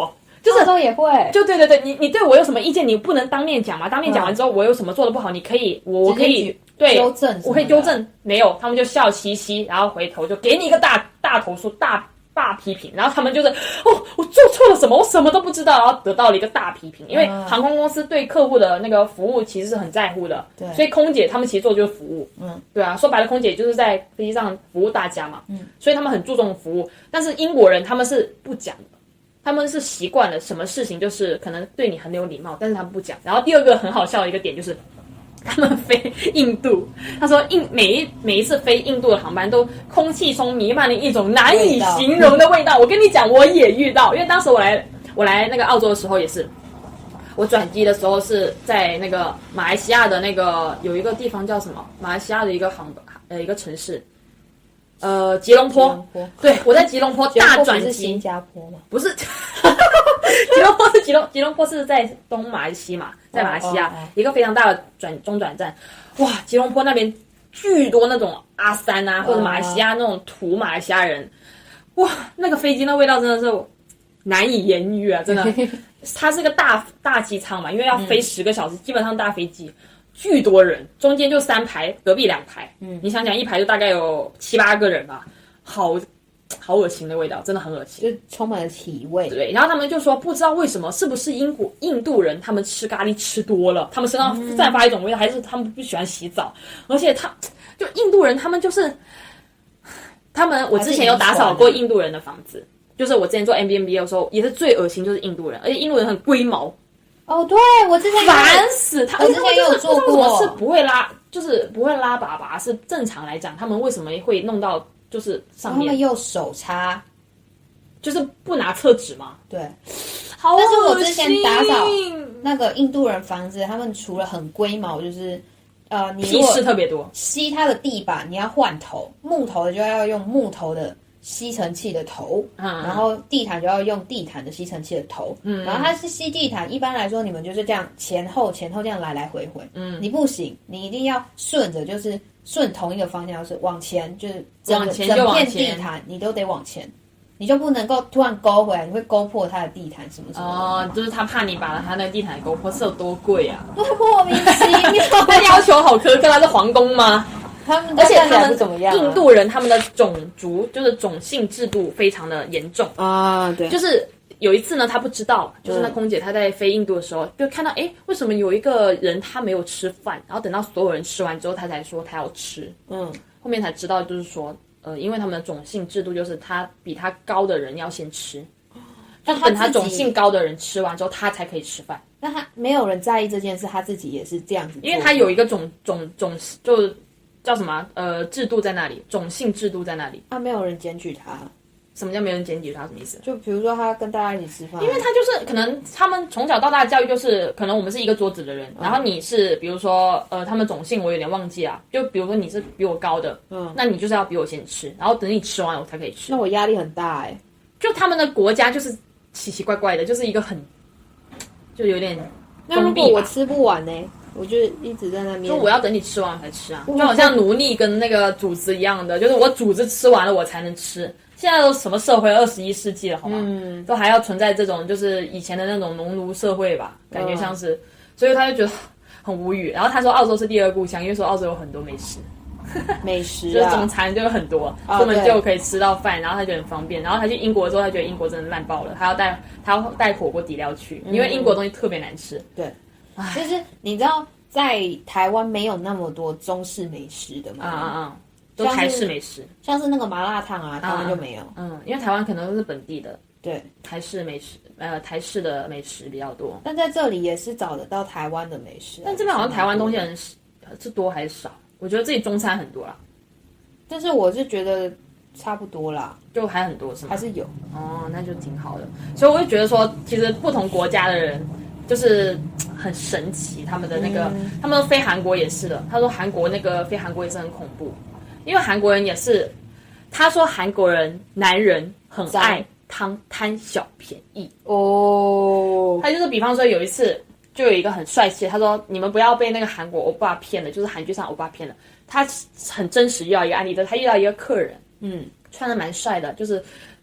就是都也会， 就对对对，你你对我有什么意见，你不能当面讲嘛？当面讲完之后，我有什么做的不好，你可以，我我可以对纠正， 我可以纠正。没有，他们就笑嘻嘻，然后回头就给你一个大大投诉、大大批评，然后他们就是哦，我做错了什么，我什么都不知道，然后得到了一个大批评。因为航空公司对客户的那个服务其实是很在乎的，对，所以空姐他们其实做的就是服务，嗯，对啊，说白了，空姐就是在飞机上服务大家嘛，嗯，所以他们很注重服务。但是英国人他们是不讲的。他们是习惯了什么事情就是可能对你很有礼貌，但是他们不讲。然后第二个很好笑的一个点就是，他们飞印度，他说印每一每一次飞印度的航班都空气中弥漫了一种难以形容的味道。我跟你讲，我也遇到，因为当时我来我来那个澳洲的时候也是，我转机的时候是在那个马来西亚的那个有一个地方叫什么？马来西亚的一个航呃一个城市。呃，吉隆坡，吉隆坡对，我在吉隆坡大转机。 是新加坡吗？ 不是，吉隆坡是吉隆吉隆坡是在东马来西亚嘛，在马来西亚、哦哦哦、一个非常大的转中转站。哇，吉隆坡那边巨多那种阿三啊，或者马来西亚那种土马来西亚人，哇，那个飞机那味道真的是难以言喻啊，真的。它是个大大机舱嘛，因为要飞十个小时，嗯、基本上大飞机。巨多人，中间就三排，隔壁两排。嗯，你想想，一排就大概有七八个人吧，好好恶心的味道，真的很恶心， 就充满了体味。 对，然后他们就说，不知道为什么，是不是英国印度人他们吃咖喱吃多了，他们身上散发一种味道，嗯、还是他们不喜欢洗澡？而且他就印度人，他们就是他们，我之前有打扫过印度人的房子，就是我之前做 M B N B 的时候，也是最恶心，就是印度人，而且印度人很龟毛。 哦，对，我之前烦死他， 我之前也有做过， 是不会拉，就是不会拉粑粑，是正常来讲，他们为什么会弄到就是上面？ 他们用手擦， 就是不拿厕纸吗？ 对， 好恶心。 但是我之前打扫那个印度人房子，他们除了很龟毛，就是呃，你屁事特别多， 吸他的地板，你要换头，木头的就要用木头的。吸尘器的头，嗯，然后地毯就要用地毯的吸尘器的头，嗯，然后它是吸地毯，一般来说你们就是这样前后前后这样来来回回，嗯，你不行，你一定要顺着，就是顺同一个方向，就是往前，就是整往前就往前， 整片地毯你都得往前，你就不能够突然勾回来，你会勾破它的地毯什么什么的。 哦，就是他怕你把他那个地毯勾破，是有多贵啊？ 多莫名其妙， 他要求好苛刻，他是皇宫吗？ 他们而且他们怎么样、啊？ 印度人他们的种族就是种姓制度非常的严重啊，对， 就是有一次呢，他不知道，就是那空姐她在飞印度的时候，嗯、就看到哎，为什么有一个人他没有吃饭，然后等到所有人吃完之后，他才说他要吃，嗯，后面才知道就是说，呃，因为他们的种姓制度就是他比他高的人要先吃，就等他种姓高的人吃完之后，他才可以吃饭。 那他没有人在意这件事，他自己也是这样子做， 因为他有一个种种种就。叫什么？呃，制度在那里，种姓制度在那里。 啊，没有人检举他。 什么叫没人检举他？什么意思？ 就比如说他跟大家一起吃饭， 因为他就是可能他们从小到大的教育就是，可能我们是一个桌子的人，嗯、然后你是比如说呃，他们种姓我有点忘记啊，就比如说你是比我高的，嗯，那你就是要比我先吃，然后等你吃完我才可以吃。 那我压力很大哎、欸。 就他们的国家就是奇奇怪怪的，就是一个很就有点封闭。 那如果我吃不完呢、欸？我就一直在那边， 就我要等你吃完才吃啊，就好像奴隶跟那个主子一样的，就是我主子吃完了我才能吃。现在都什么社会，二十一世纪了，好吗？嗯，都还要存在这种就是以前的那种农奴社会吧，感觉像是，嗯、所以他就觉得很无语。然后他说澳洲是第二故乡，因为说澳洲有很多美食， 美食、啊、 就是中餐就有很多，根本就可以吃到饭，然后他觉得很方便。然后他去英国之后，他觉得英国真的烂爆了，他要带他要带火锅底料去，因为英国的东西特别难吃。 对。就是你知道，在台湾没有那么多中式美食的嘛？ 啊啊啊！都台式美食， 像是那个麻辣烫啊，台湾就没有。 嗯，因为台湾可能都是本地的， 对， 台式美食，呃，台式的美食比较多。 但在这里也是找得到台湾的美食， 但这边好像台湾东西很是多还是少？我觉得这里中餐很多啦， 但是我是觉得差不多啦， 就还很多是吗？ 还是有哦，那就挺好的。所以我就觉得说，其实不同国家的人。就是很神奇，他们的那个，嗯、他们飞韩国也是的。他说韩国那个飞韩国也是很恐怖，因为韩国人也是，他说韩国人男人很爱贪贪小便宜哦。他就是比方说有一次就有一个很帅气的，他说你们不要被那个韩国欧巴骗了，就是韩剧上欧巴骗了。他很真实遇到一个案例，他遇到一个客人，嗯，穿的蛮帅的，就是。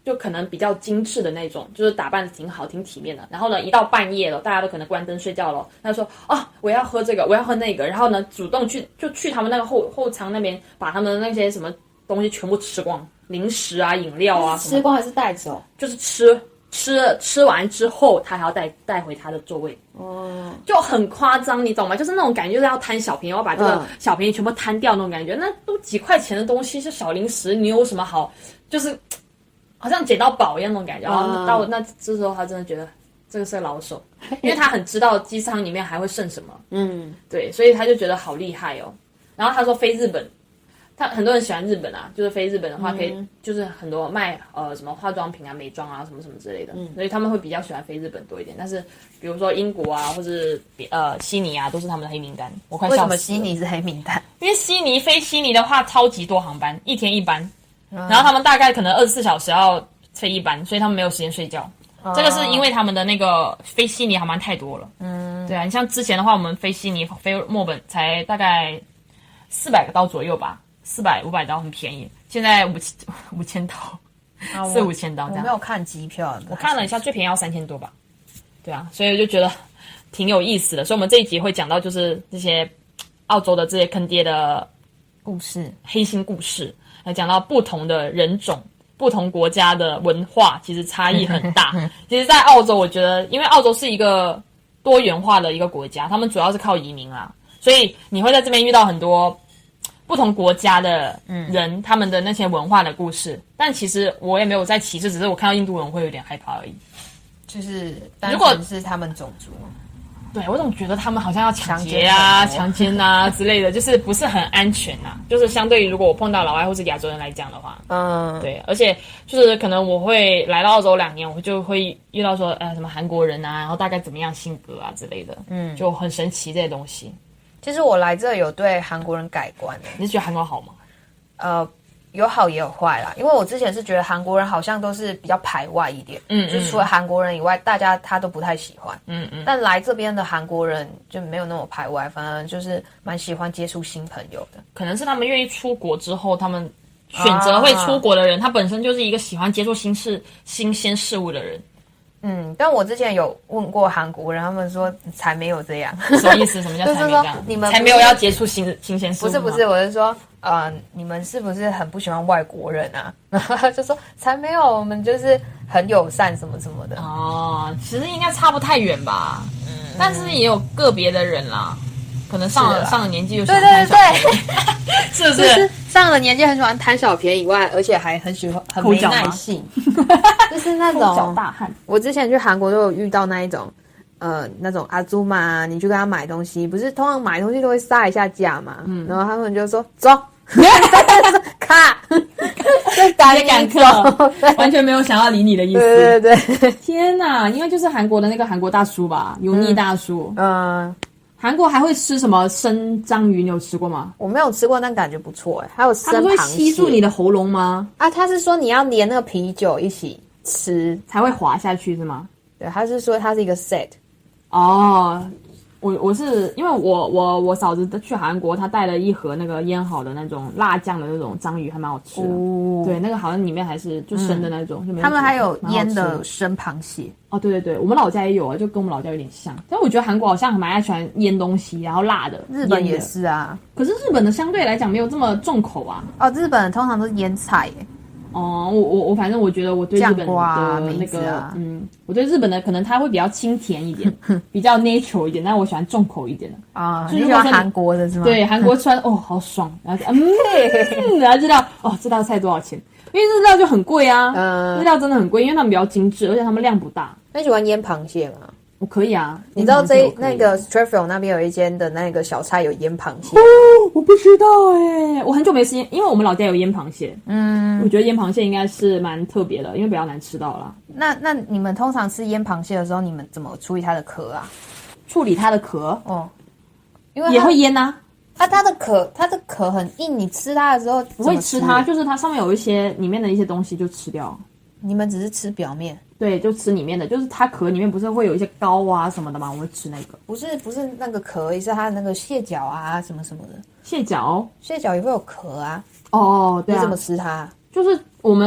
就可能比较精致的那种，就是打扮的挺好、挺体面的。然后呢，一到半夜了，大家都可能关灯睡觉了，他就说啊，我要喝这个，我要喝那个，然后呢，主动去就去他们那个后后舱那边，把他们的那些什么东西全部吃光，零食啊、饮料啊， 吃光还是带走？ 就是吃吃吃完之后，他还要带带回他的座位。哦，就很夸张，你懂吗？就是那种感觉，就是要贪小便宜，要把这个小便宜全部贪掉那种感觉。那都几块钱的东西是小零食，你有什么好？就是好像捡到宝一样那种感觉。然后到那这时候，他真的觉得这个是个老手，因为他很知道机舱里面还会剩什么。嗯，对，所以他就觉得好厉害哦。然后他说飞日本。他很多人喜欢日本啊，就是飞日本的话，可以、嗯、就是很多卖呃什么化妆品啊、美妆啊什么什么之类的，嗯、所以他们会比较喜欢飞日本多一点。但是比如说英国啊，或是呃悉尼啊，都是他们的黑名单。我快笑死了。 为什么悉尼是黑名单？ 因为悉尼飞悉尼的话，超级多航班，一天一班，嗯、然后他们大概可能二十四小时要飞一班，所以他们没有时间睡觉。哦、这个是因为他们的那个飞悉尼航班太多了。嗯，对啊，你像之前的话，我们飞悉尼、飞墨本才大概四百个刀左右吧。四百五百刀很便宜，现在五千五千刀，啊、四五千刀这样。 我没有看机票， 我看了一下，最便宜要三千多吧。对啊，所以我就觉得挺有意思的。所以我们这一集会讲到就是这些澳洲的这些坑爹的故事、 黑心故事，来讲到不同的人种、不同国家的文化，其实差异很大。其实，在澳洲，我觉得因为澳洲是一个多元化的一个国家，他们主要是靠移民啦，所以你会在这边遇到很多不同国家的人、嗯、他们的那些文化的故事，但其实我也没有在歧视，只是我看到印度人会有点害怕而已。 就是单纯是他们种族， 对，我总觉得他们好像要抢劫啊、强奸啊之类的，就是不是很安全啊。就是相对于如果我碰到老外或是亚洲人来讲的话，嗯，对，而且就是可能我会来到澳洲两年，我就会遇到说，呃，什么韩国人啊，然后大概怎么样性格啊之类的，嗯，就很神奇这些东西。 其实我来这有对韩国人改观的。 你是觉得韩国好吗？ 呃，有好也有坏啦。因为我之前是觉得韩国人好像都是比较排外一点，嗯，就除了韩国人以外，大家他都不太喜欢，嗯嗯。但来这边的韩国人就没有那么排外，反而就是蛮喜欢接触新朋友的。 可能是他们愿意出国之后，他们选择会出国的人，啊、他本身就是一个喜欢接触新事、新鲜事物的人。 嗯，但我之前有问过韩国人，他们说才没有这样。 什么意思？什么叫才没有这样？你们才没有要接触新新鲜事物？ 不是不是，我是说，呃，你们是不是很不喜欢外国人啊？然后他就说才没有，我们就是很友善什么什么的。 哦，其实应该差不太远吧。嗯，但是也有个别的人啦，可能上了上了年纪就喜欢贪小便宜，是不是？ 就是上了年纪很喜欢贪小便宜以外，而且还很喜欢很没耐性，就是那种抠脚大汉。 我之前去韩国都有遇到那一种，呃，那种阿祖玛，你去跟他买东西，不是通常买东西都会杀一下价嘛，嗯，然后他们就说走，卡， 直接赶客，完全没有想要理你的意思。 对对对， 天哪，因为就是韩国的那个韩国大叔吧，油腻大叔，嗯。韩国还会吃什么生章鱼？你有吃过吗？ 我没有吃过，但感觉不错哎。还有生螃蟹，它会吸住你的喉咙吗？ 啊，他是说你要连那个啤酒一起吃才会滑下去是吗？ 对，他是说它是一个 set。 哦，我我是因为我我我嫂子去韩国，她带了一盒那个腌好的那种辣酱的那种章鱼，还蛮好吃的。哦，对，那个好像里面还是就生的那种。嗯、 他们还有腌的生螃蟹。 哦，对对对，我们老家也有啊，就跟我们老家有点像。但我觉得韩国好像蛮爱喜欢腌东西，然后辣的。 日本也是啊， 可是日本的相对来讲没有这么重口啊。 哦，日本通常都是腌菜耶。 哦，我我我反正我觉得我对日本的那个、 啊、 嗯，我对日本的可能它会比较清甜一点，比较 natural 一点，但我喜欢重口一点的啊。你喜欢韩国的是吗？ 对，韩国吃完哦好爽，然后嗯，然后知道哦这道菜多少钱。因为日料就很贵啊，嗯，日料真的很贵，因为他们比较精致，而且他们量不大。 你喜欢腌螃蟹吗？ 我可以啊， 你知道这那个 Strathfield 那边有一间的那个小菜有腌螃蟹？ 哦，我不知道哎、欸，我很久没吃腌，因为我们老家有腌螃蟹，嗯，我觉得腌螃蟹应该是蛮特别的，因为比较难吃到啦。 那那你们通常吃腌螃蟹的时候，你们怎么处理它的壳啊？ 处理它的壳？ 哦， 因为也会腌啊。 啊，它的壳，它的壳很硬，你吃它的时候不会吃它，就是它上面有一些里面的一些东西就吃掉。 你们只是吃表面？ 对，就吃里面的，就是它壳里面不是会有一些膏啊什么的吗？我会吃那个。 不是不是那个壳，是它的那个蟹脚啊什么什么的。 蟹脚？ 蟹脚也会有壳啊。 哦，对啊。 你怎么吃它？ 就是我们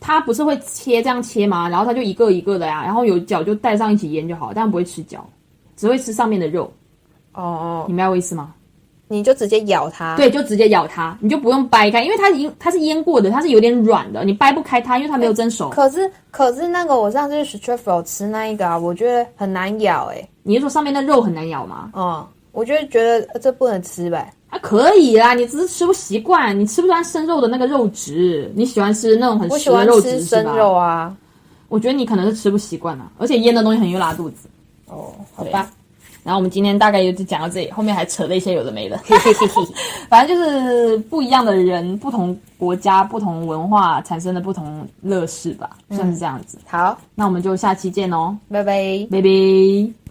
它不是会切这样切吗？然后它就一个一个的呀，然后有脚就带上一起腌就好，但不会吃脚，只会吃上面的肉。 哦， 你明白我意思吗？ 你就直接咬它， 对，就直接咬它，你就不用掰开，因为它已经它是腌过的，它是有点软的，你掰不开它，因为它没有蒸熟。 可是可是那个我上次去 Streffel 吃那一个啊，我觉得很难咬哎、欸。 你是说上面的肉很难咬吗？ 嗯，我就觉得、呃、这不能吃呗。 啊，可以啦，你只是吃不习惯，你吃不惯生肉的那个肉质，你喜欢吃那种很实的肉质是吧？ 我喜欢吃生肉啊。 我觉得你可能是吃不习惯了，而且腌的东西很容易拉肚子。 哦，好吧。 然后我们今天大概就讲到这里，后面还扯了一些有的没的，反正就是不一样的人、不同国家、不同文化产生的不同乐事吧，算是这样子。 好， 那我们就下期见哦， 拜拜， 拜拜。